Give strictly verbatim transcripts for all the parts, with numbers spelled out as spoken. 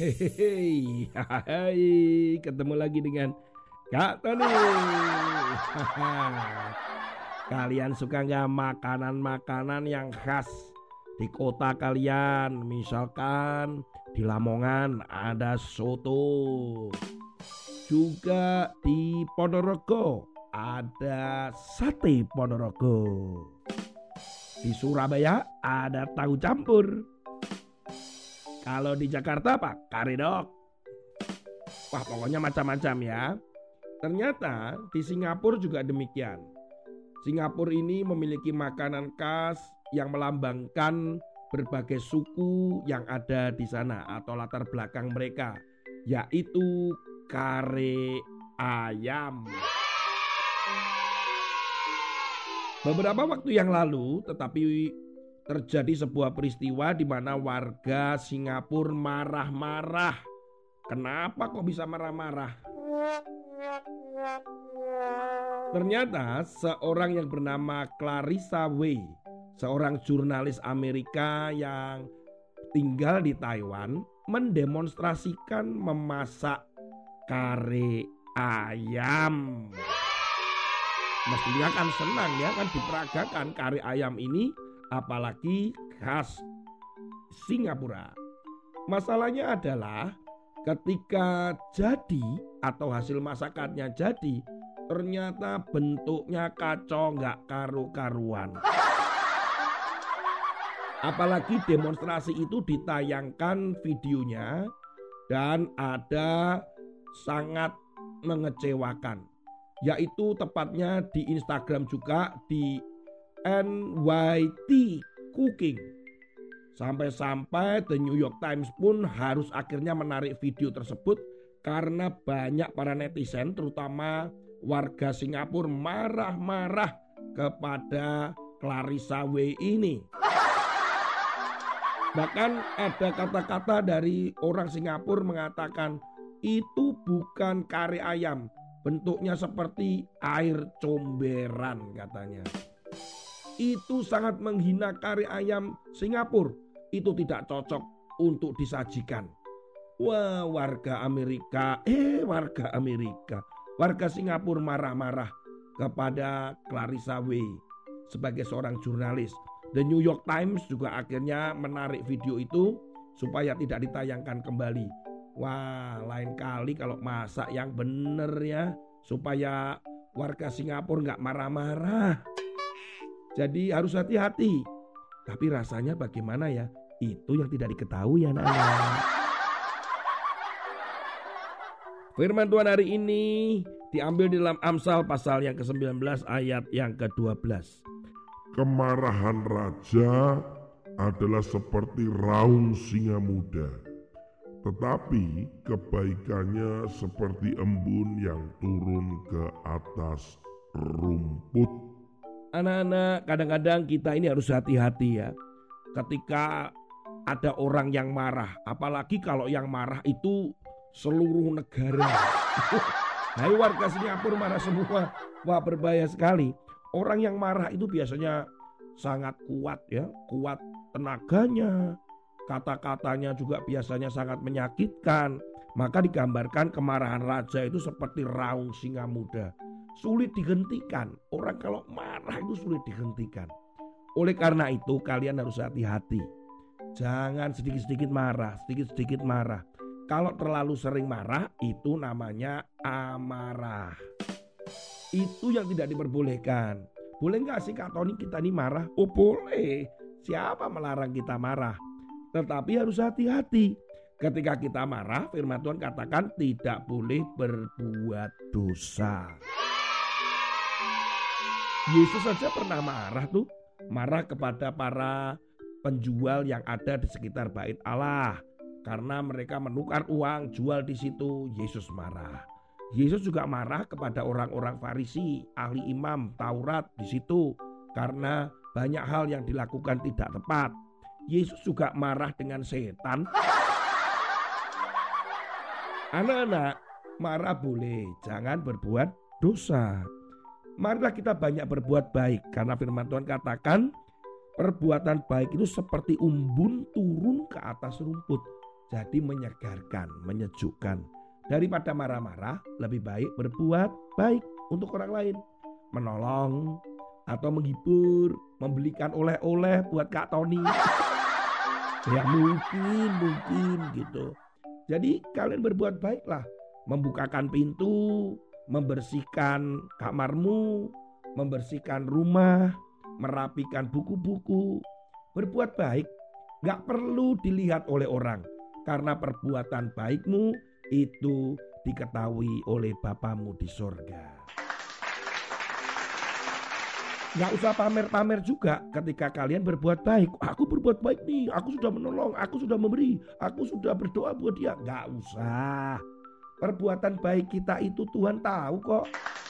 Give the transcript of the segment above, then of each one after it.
Hehehe, hai, ketemu lagi dengan Kak Tony. Kalian suka nggak makanan-makanan yang khas di kota kalian? Misalkan di Lamongan ada soto, juga di Ponorogo ada sate Ponorogo, di Surabaya ada tahu campur. Kalau di Jakarta apa? Karedok. Wah, pokoknya macam-macam ya. Ternyata di Singapura juga demikian. Singapura ini memiliki makanan khas yang melambangkan berbagai suku yang ada di sana atau latar belakang mereka, yaitu kare ayam. Beberapa waktu yang lalu, tetapi terjadi sebuah peristiwa di mana warga Singapura marah-marah. Kenapa kok bisa marah-marah? Ternyata seorang yang bernama Clarissa Wei, seorang jurnalis Amerika yang tinggal di Taiwan, mendemonstrasikan memasak kare ayam. Mestinya kan senang ya, kan diperagakan kare ayam ini, apalagi khas Singapura. Masalahnya adalah ketika jadi atau hasil masakannya jadi, ternyata bentuknya kacau, nggak karu-karuan. Apalagi demonstrasi itu ditayangkan videonya dan ada sangat mengecewakan, yaitu tepatnya di Instagram juga di N Y T Cooking. Sampai-sampai The New York Times pun harus akhirnya menarik video tersebut karena banyak para netizen terutama warga Singapura marah-marah kepada Clarissa Wei ini. Bahkan ada kata-kata dari orang Singapura mengatakan itu bukan kare ayam, bentuknya seperti air comberan katanya. Itu sangat menghina kare ayam Singapura. Itu tidak cocok untuk disajikan. Wah, warga Amerika, eh warga Amerika, warga Singapura marah-marah kepada Clarissa Wei sebagai seorang jurnalis. The New York Times juga akhirnya menarik video itu supaya tidak ditayangkan kembali. Wah, lain kali kalau masak yang bener ya, supaya warga Singapura nggak marah-marah. Jadi harus hati-hati. Tapi rasanya bagaimana ya? Itu yang tidak diketahui anak-anak. Firman Tuhan hari ini diambil di dalam Amsal pasal yang kesembilan belas ayat yang kedua belas. Kemarahan raja adalah seperti raung singa muda, tetapi kebaikannya seperti embun yang turun ke atas rumput. Anak-anak, kadang-kadang kita ini harus hati-hati ya. Ketika ada orang yang marah, apalagi kalau yang marah itu seluruh negara. Hai warga Singapura marah semua. Wah, berbahaya sekali. Orang yang marah itu biasanya sangat kuat ya, kuat tenaganya. Kata-katanya juga biasanya sangat menyakitkan. Maka digambarkan kemarahan raja itu seperti raung singa muda. Sulit dihentikan. Orang kalau marah itu sulit dihentikan. Oleh karena itu kalian harus hati-hati. Jangan sedikit-sedikit marah, sedikit-sedikit marah. Kalau terlalu sering marah itu namanya amarah. Itu yang tidak diperbolehkan. Boleh gak sih Kak Tony kita ini marah? Oh boleh. Siapa melarang kita marah? Tetapi harus hati-hati. Ketika kita marah, firman Tuhan katakan tidak boleh berbuat dosa. Yesus saja pernah marah tuh. Marah kepada para penjual yang ada di sekitar bait Allah. Karena mereka menukar uang jual di situ. Yesus marah. Yesus juga marah kepada orang-orang Farisi, ahli imam Taurat di situ. Karena banyak hal yang dilakukan tidak tepat. Yesus juga marah dengan setan. Anak-anak, marah boleh, jangan berbuat dosa. Marilah kita banyak berbuat baik, karena firman Tuhan katakan perbuatan baik itu seperti embun turun ke atas rumput. Jadi menyegarkan, menyejukkan. Daripada marah-marah, lebih baik berbuat baik untuk orang lain. Menolong atau menghibur, membelikan oleh-oleh buat Kak Tony. Ya mungkin, mungkin gitu. Jadi kalian berbuat baiklah. Membukakan pintu, membersihkan kamarmu, membersihkan rumah, merapikan buku-buku. Berbuat baik gak perlu dilihat oleh orang. Karena perbuatan baikmu itu diketahui oleh Bapamu di sorga. Gak usah pamer-pamer juga ketika kalian berbuat baik. Aku berbuat baik nih, aku sudah menolong, aku sudah memberi, aku sudah berdoa buat dia. Gak usah. Perbuatan baik kita itu Tuhan tahu kok.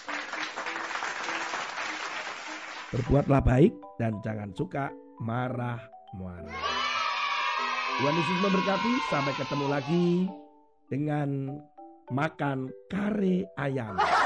Berbuatlah baik dan jangan suka marah-marah. Tuhan Yesus memberkati. Sampai ketemu lagi dengan makan kare ayam.